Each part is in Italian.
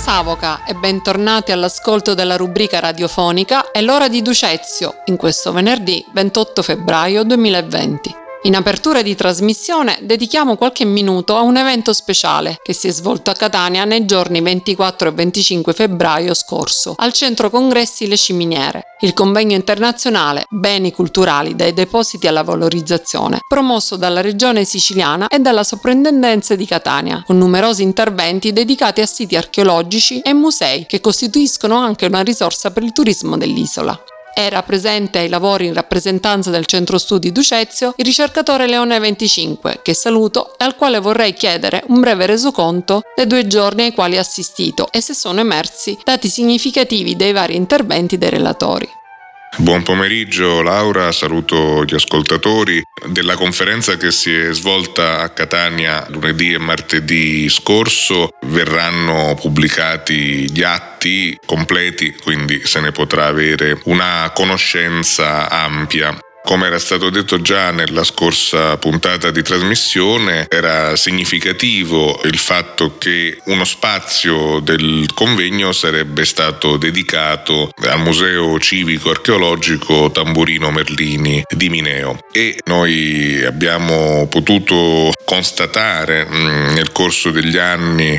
Savoca e bentornati all'ascolto della rubrica radiofonica È l'ora di Ducezio, in questo venerdì 28 febbraio 2020. In apertura di trasmissione dedichiamo qualche minuto a un evento speciale che si è svolto a Catania nei giorni 24 e 25 febbraio scorso al Centro Congressi Le Ciminiere, il convegno internazionale Beni culturali dai depositi alla valorizzazione, promosso dalla Regione Siciliana e dalla Soprintendenza di Catania, con numerosi interventi dedicati a siti archeologici e musei che costituiscono anche una risorsa per il turismo dell'isola. Era presente ai lavori in rappresentanza del Centro Studi Ducezio il ricercatore Leone 25, che saluto e al quale vorrei chiedere un breve resoconto dei 2 giorni ai quali ha assistito e se sono emersi dati significativi dei vari interventi dei relatori. Buon pomeriggio Laura, saluto gli ascoltatori. Della conferenza che si è svolta a Catania lunedì e martedì scorso verranno pubblicati gli atti completi, quindi se ne potrà avere una conoscenza ampia. Come era stato detto già nella scorsa puntata di trasmissione, era significativo il fatto che uno spazio del convegno sarebbe stato dedicato al Museo Civico Archeologico Tamburino Merlini di Mineo e noi abbiamo potuto constatare nel corso degli anni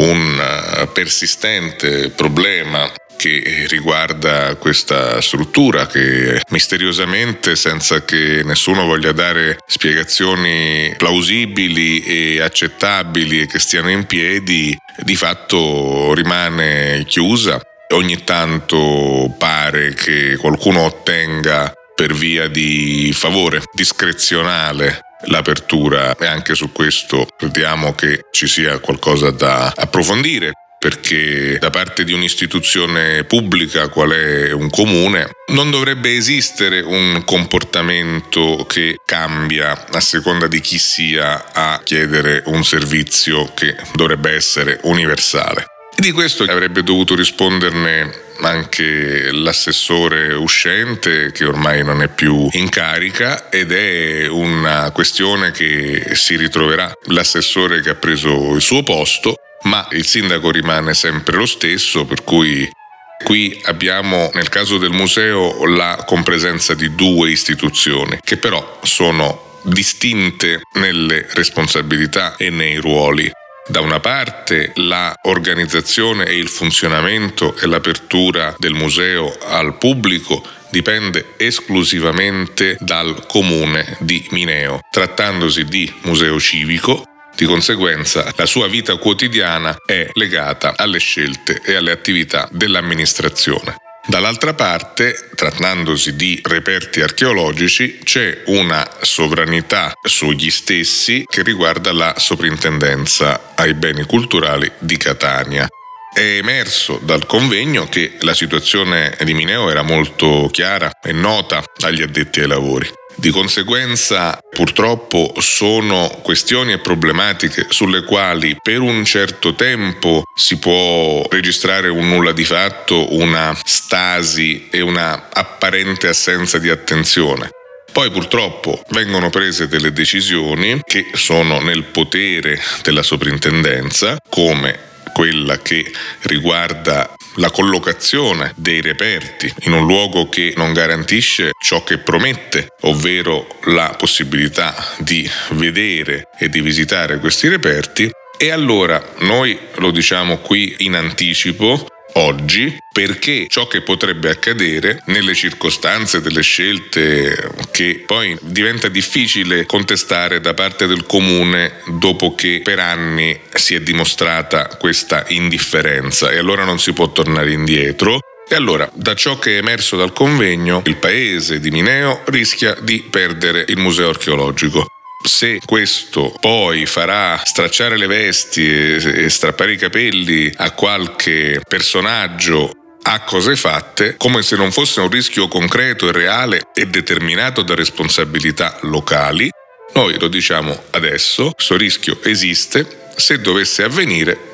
un persistente problema che riguarda questa struttura che misteriosamente, senza che nessuno voglia dare spiegazioni plausibili e accettabili e che stiano in piedi, di fatto rimane chiusa. Ogni tanto pare che qualcuno ottenga per via di favore discrezionale l'apertura e anche su questo crediamo che ci sia qualcosa da approfondire, perché da parte di un'istituzione pubblica qual è un comune non dovrebbe esistere un comportamento che cambia a seconda di chi sia a chiedere un servizio che dovrebbe essere universale. E di questo avrebbe dovuto risponderne anche l'assessore uscente, che ormai non è più in carica, ed è una questione che si ritroverà l'assessore che ha preso il suo posto, ma il sindaco rimane sempre lo stesso, per cui qui abbiamo nel caso del museo la compresenza di 2 istituzioni che però sono distinte nelle responsabilità e nei ruoli. Da una parte la organizzazione e il funzionamento e l'apertura del museo al pubblico dipende esclusivamente dal comune di Mineo, trattandosi di museo civico. Di conseguenza la sua vita quotidiana è legata alle scelte e alle attività dell'amministrazione. Dall'altra parte, trattandosi di reperti archeologici, c'è una sovranità sugli stessi che riguarda la Soprintendenza ai beni culturali di Catania. È emerso dal convegno che la situazione di Mineo era molto chiara e nota agli addetti ai lavori. Di conseguenza, purtroppo, sono questioni e problematiche sulle quali per un certo tempo si può registrare un nulla di fatto, una stasi e una apparente assenza di attenzione. Poi purtroppo vengono prese delle decisioni che sono nel potere della soprintendenza, come quella che riguarda la collocazione dei reperti in un luogo che non garantisce ciò che promette, ovvero la possibilità di vedere e di visitare questi reperti. E allora noi lo diciamo qui in anticipo oggi, perché ciò che potrebbe accadere nelle circostanze delle scelte che poi diventa difficile contestare da parte del comune dopo che per anni si è dimostrata questa indifferenza, e allora non si può tornare indietro. E allora, da ciò che è emerso dal convegno, il paese di Mineo rischia di perdere il museo archeologico. Se questo poi farà stracciare le vesti e strappare i capelli a qualche personaggio a cose fatte, come se non fosse un rischio concreto e reale e determinato da responsabilità locali, noi lo diciamo adesso, questo rischio esiste. Se dovesse avvenire,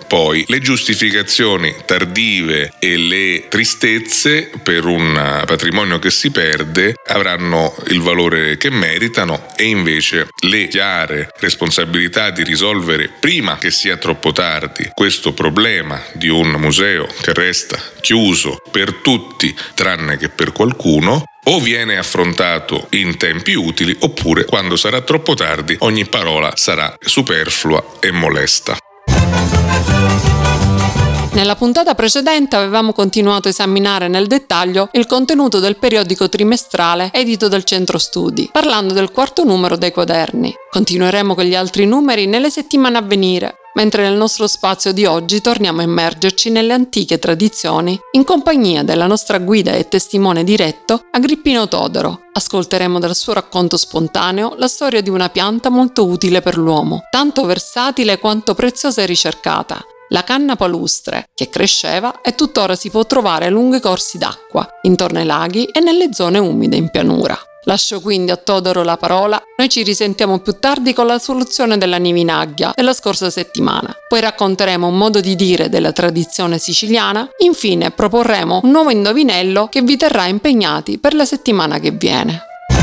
poi le giustificazioni tardive e le tristezze per un patrimonio che si perde avranno il valore che meritano, e invece le chiare responsabilità di risolvere prima che sia troppo tardi questo problema di un museo che resta chiuso per tutti tranne che per qualcuno, o viene affrontato in tempi utili, oppure quando sarà troppo tardi ogni parola sarà superflua e molesta. Nella puntata precedente avevamo continuato a esaminare nel dettaglio il contenuto del periodico trimestrale edito dal Centro Studi, parlando del quarto numero dei quaderni. Continueremo con gli altri numeri nelle settimane a venire, mentre nel nostro spazio di oggi torniamo a immergerci nelle antiche tradizioni in compagnia della nostra guida e testimone diretto, Agrippino Todoro. Ascolteremo dal suo racconto spontaneo la storia di una pianta molto utile per l'uomo, tanto versatile quanto preziosa e ricercata. La canna palustre, che cresceva e tuttora si può trovare lungo i corsi d'acqua, intorno ai laghi e nelle zone umide in pianura. Lascio quindi a Todoro la parola, noi ci risentiamo più tardi con la soluzione della Nivinaggia della scorsa settimana. Poi racconteremo un modo di dire della tradizione siciliana, infine proporremo un nuovo indovinello che vi terrà impegnati per la settimana che viene.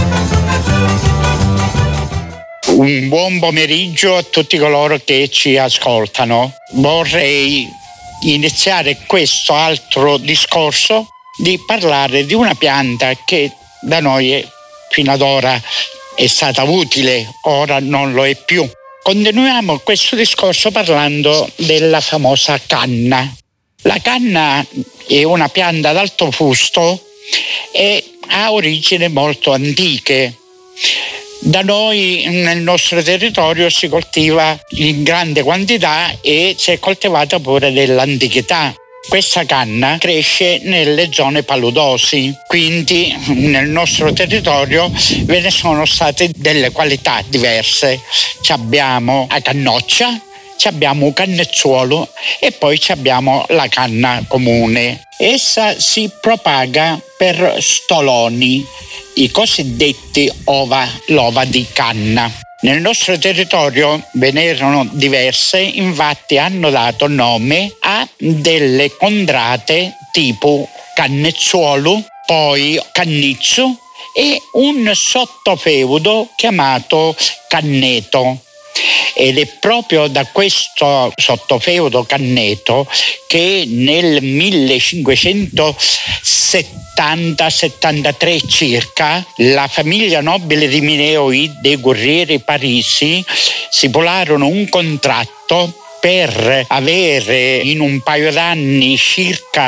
Un buon pomeriggio a tutti coloro che ci ascoltano. Vorrei iniziare questo altro discorso di parlare di una pianta che da noi fino ad ora è stata utile, ora non lo è più. Continuiamo questo discorso parlando della famosa canna. La canna è una pianta ad alto fusto e ha origini molto antiche. Da noi nel nostro territorio si coltiva in grande quantità e si è coltivata pure nell'antichità. Questa canna cresce nelle zone paludosi, quindi nel nostro territorio ve ne sono state delle qualità diverse. Abbiamo la cannoccia, abbiamo un cannezzuolo e poi abbiamo la canna comune. Essa si propaga per stoloni, i cosiddetti l'ova di canna. Nel nostro territorio ve ne erano diverse, infatti hanno dato nome a delle contrate tipo cannezzuolo, poi cannizzo e un sottofeudo chiamato canneto. Ed è proprio da questo sottofeudo canneto che nel 1570-73 circa la famiglia nobile di Mineo dei Guerrieri Parisi stipularono un contratto per avere in un paio d'anni circa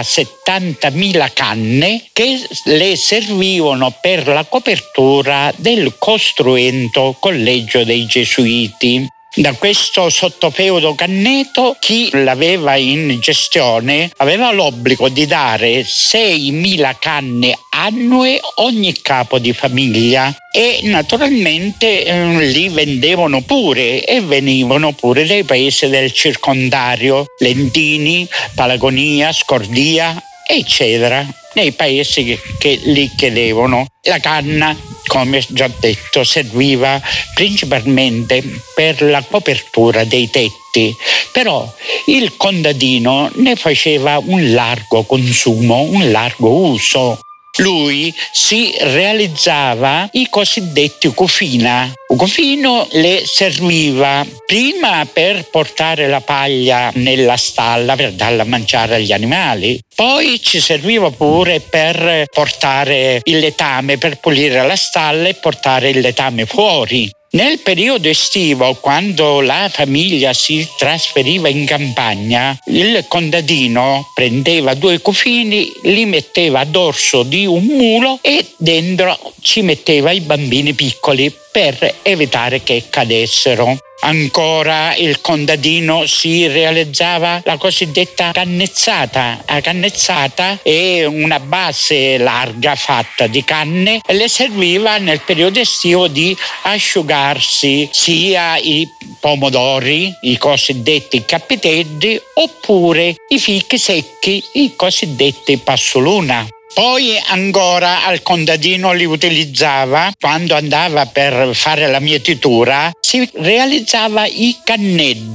70.000 canne che le servivano per la copertura del costruendo collegio dei Gesuiti. Da questo sottofeudo canneto chi l'aveva in gestione aveva l'obbligo di dare 6.000 canne annue ogni capo di famiglia e naturalmente li vendevano pure e venivano pure dai paesi del circondario, Lentini, Palagonia, Scordia, eccetera, nei paesi che li chiedevano. La canna, come già detto, serviva principalmente per la copertura dei tetti, però il contadino ne faceva un largo consumo, un largo uso. Lui si realizzava i cosiddetti cufina. Il cufino le serviva prima per portare la paglia nella stalla per darla a mangiare agli animali, poi ci serviva pure per portare il letame, per pulire la stalla e portare il letame fuori. Nel periodo estivo, quando la famiglia si trasferiva in campagna, il contadino prendeva 2 cufini, li metteva a dorso di un mulo e dentro ci metteva i bambini piccoli per evitare che cadessero. Ancora il contadino si realizzava la cosiddetta cannezzata. La cannezzata è una base larga fatta di canne e le serviva nel periodo estivo di asciugarsi sia i pomodori, i cosiddetti cappitelli, oppure i fichi secchi, i cosiddetti passoluna. Poi ancora al contadino li utilizzava quando andava per fare la mietitura, si realizzava i canneddi.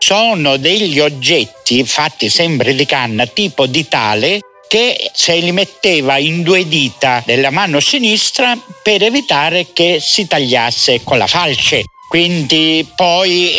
sono degli oggetti fatti sempre di canna, tipo di tale, che se li metteva in 2 dita della mano sinistra per evitare che si tagliasse con la falce. Quindi poi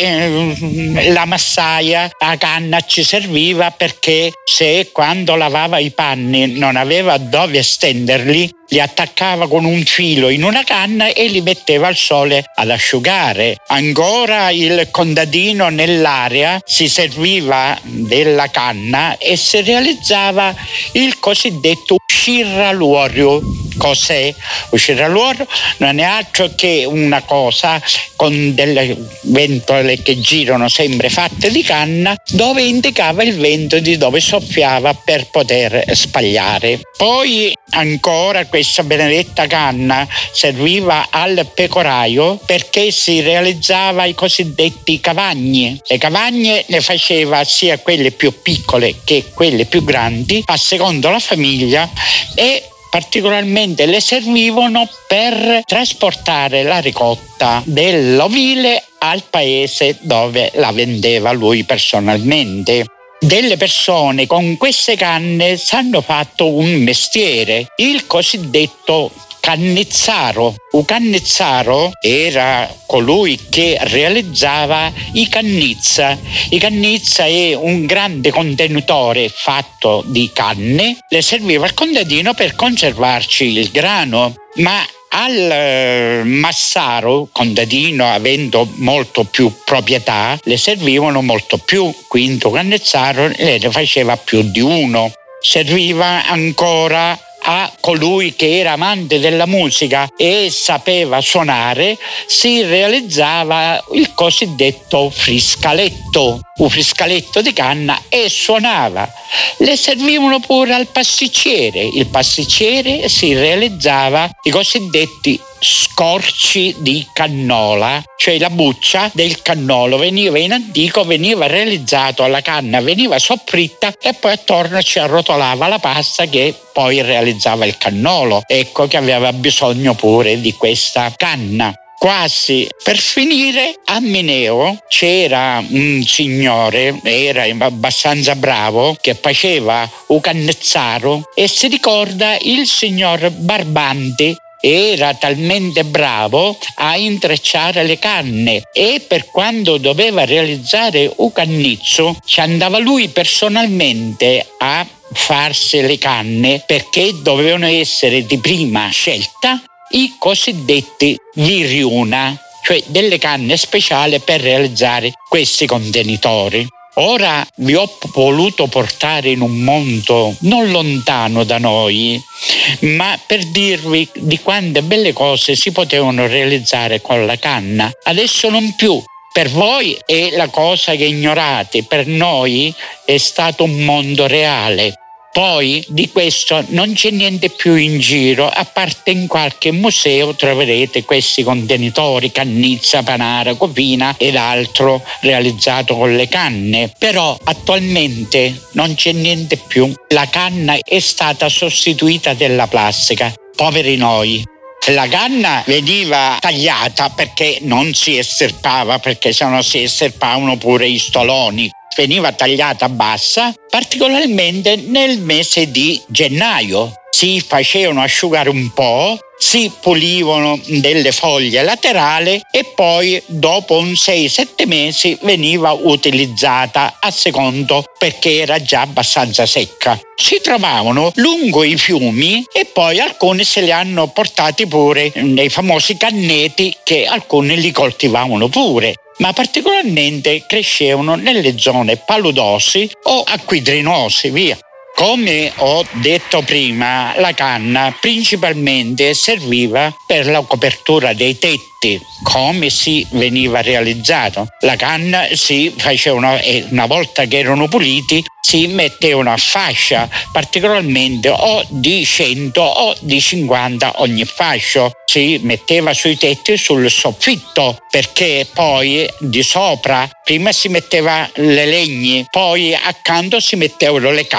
la massaia a canna ci serviva perché se quando lavava i panni non aveva dove stenderli, li attaccava con un filo in una canna e li metteva al sole ad asciugare. Ancora il contadino nell'area si serviva della canna e si realizzava il cosiddetto uscirraluorio. Cos'è? Uscirraluorio non è altro che una cosa con delle ventole che girano sempre fatte di canna, dove indicava il vento di dove soffiava per poter spagliare. Poi ancora questa benedetta canna serviva al pecoraio perché si realizzava i cosiddetti cavagni. Le cavagne ne faceva sia quelle più piccole che quelle più grandi, a secondo la famiglia, e particolarmente le servivano per trasportare la ricotta dell'ovile al paese dove la vendeva lui personalmente. Delle persone con queste canne si hanno fatto un mestiere, il cosiddetto cannizzaro. Un cannizzaro era colui che realizzava i cannizza. I cannizza è un grande contenitore fatto di canne, le serviva al contadino per conservarci il grano, ma al massaro, contadino avendo molto più proprietà, le servivano molto più, quindi un cannizzaro ne faceva più di uno. Serviva ancora a colui che era amante della musica e sapeva suonare, si realizzava il cosiddetto friscaletto, un friscaletto di canna, e suonava. Le servivano pure al pasticcere. Il pasticcere si realizzava i cosiddetti scorci di cannola, cioè la buccia del cannolo veniva realizzato alla canna, veniva soffritta e poi attorno ci arrotolava la pasta che poi realizzava il cannolo. Ecco che aveva bisogno pure di questa canna. Quasi per finire, a Mineo c'era un signore, era abbastanza bravo, che faceva un cannizzaro, e si ricorda il signor Barbanti. Era talmente bravo a intrecciare le canne e per quando doveva realizzare un cannizzo ci andava lui personalmente a farsi le canne, perché dovevano essere di prima scelta i cosiddetti viriuna, cioè delle canne speciali per realizzare questi contenitori. Ora vi ho voluto portare in un mondo non lontano da noi, ma per dirvi di quante belle cose si potevano realizzare con la canna. Adesso non più. Per voi è la cosa che ignorate, per noi è stato un mondo reale. Poi di questo non c'è niente più in giro, a parte in qualche museo troverete questi contenitori, cannizza, panara, copina ed altro realizzato con le canne. Però attualmente non c'è niente più. La canna è stata sostituita dalla plastica. Poveri noi. La canna veniva tagliata perché non si estirpava, perché sennò si estirpavano pure i stoloni. Veniva tagliata bassa, particolarmente nel mese di gennaio. Si facevano asciugare un po', si pulivano delle foglie laterali e poi dopo un 6-7 mesi veniva utilizzata a secondo, perché era già abbastanza secca. Si trovavano lungo i fiumi e poi alcuni se li hanno portati pure nei famosi canneti, che alcuni li coltivavano pure, ma particolarmente crescevano nelle zone paludosi o acquidrinosi, via. Come ho detto prima, la canna principalmente serviva per la copertura dei tetti. Come si veniva realizzato? La canna si faceva, una volta che erano puliti, si mettevano a fascia, particolarmente o di 100 o di 50 ogni fascio. Si metteva sui tetti e sul soffitto, perché poi di sopra prima si metteva le legni, poi accanto si mettevano le canne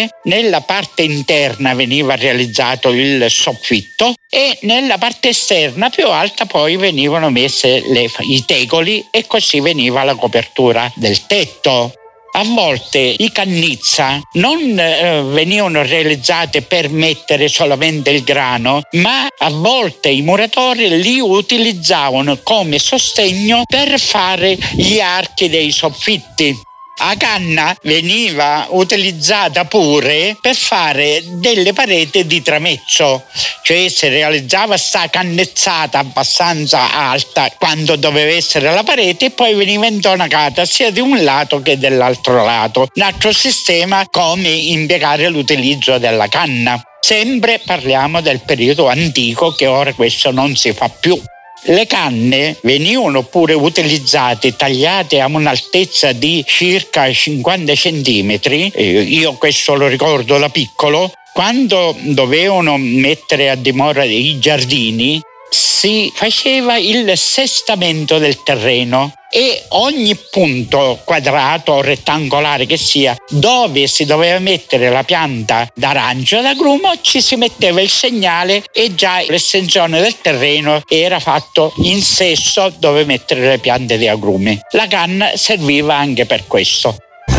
canne, nella parte interna veniva realizzato il soffitto e nella parte esterna più alta poi venivano messe i tegoli e così veniva la copertura del tetto. A volte i cannizza non venivano realizzate per mettere solamente il grano, ma a volte i muratori li utilizzavano come sostegno per fare gli archi dei soffitti. La canna veniva utilizzata pure per fare delle pareti di tramezzo, cioè si realizzava sta cannezzata abbastanza alta quando doveva essere la parete e poi veniva intonacata sia di un lato che dell'altro lato. Un altro sistema come impiegare l'utilizzo della canna. Sempre parliamo del periodo antico, che ora questo non si fa più. Le canne venivano pure utilizzate, tagliate a un'altezza di circa 50 centimetri, io questo lo ricordo da piccolo, quando dovevano mettere a dimora i giardini si faceva il sestamento del terreno e ogni punto quadrato o rettangolare che sia dove si doveva mettere la pianta d'arancio d'agrumo ci si metteva il segnale e già l'estensione del terreno era fatto in sesso dove mettere le piante di agrumi. La canna serviva anche per questo.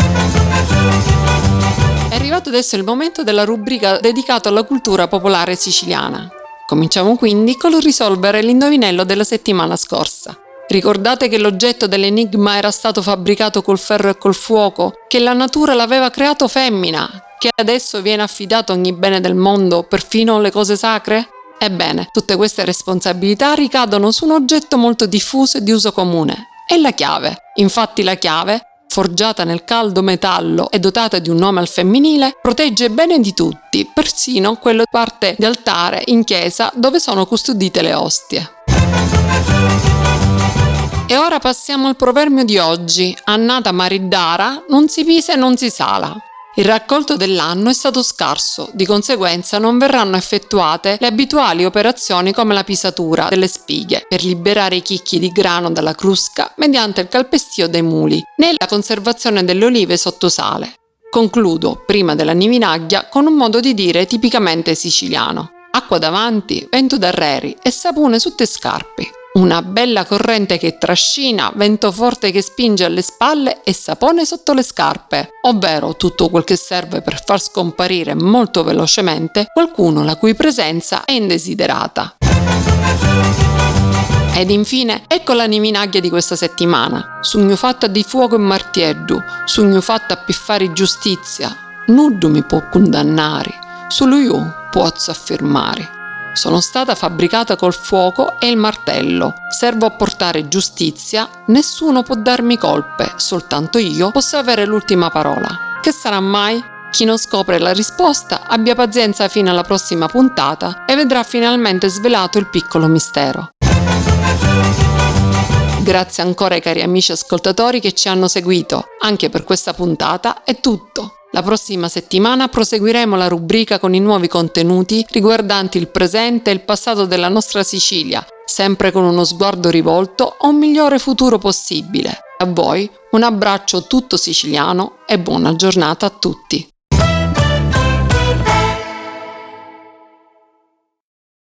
È arrivato adesso il momento della rubrica dedicata alla cultura popolare siciliana. Cominciamo quindi con il risolvere l'indovinello della settimana scorsa. Ricordate che l'oggetto dell'enigma era stato fabbricato col ferro e col fuoco, che la natura l'aveva creato femmina, che adesso viene affidato ogni bene del mondo, perfino le cose sacre? Ebbene, tutte queste responsabilità ricadono su un oggetto molto diffuso e di uso comune, è la chiave. Infatti la chiave, forgiata nel caldo metallo e dotata di un nome al femminile, protegge bene di tutti, persino quella parte di altare in chiesa dove sono custodite le ostie. E ora passiamo al proverbio di oggi, annata mariddara, non si pisa e non si sala. Il raccolto dell'anno è stato scarso, di conseguenza non verranno effettuate le abituali operazioni come la pisatura delle spighe per liberare i chicchi di grano dalla crusca mediante il calpestio dei muli, né la conservazione delle olive sotto sale. Concludo, prima della nivinaglia, con un modo di dire tipicamente siciliano. Acqua davanti, vento d'arreri e sapone su te scarpi. Una bella corrente che trascina, vento forte che spinge alle spalle e sapone sotto le scarpe, ovvero tutto quel che serve per far scomparire molto velocemente qualcuno la cui presenza è indesiderata. Ed infine, ecco la nivinaglia di questa settimana. Sugno fatta di fuoco e martieddu, sugno fatta a piffare giustizia, nuddu mi può condannare, solo io posso affermare. Sono stata fabbricata col fuoco e il martello. Servo a portare giustizia, nessuno può darmi colpe, soltanto io posso avere l'ultima parola. Che sarà mai? Chi non scopre la risposta abbia pazienza fino alla prossima puntata e vedrà finalmente svelato il piccolo mistero. Grazie ancora ai cari amici ascoltatori che ci hanno seguito. Anche per questa puntata è tutto. La prossima settimana proseguiremo la rubrica con i nuovi contenuti riguardanti il presente e il passato della nostra Sicilia, sempre con uno sguardo rivolto a un migliore futuro possibile. A voi un abbraccio tutto siciliano e buona giornata a tutti.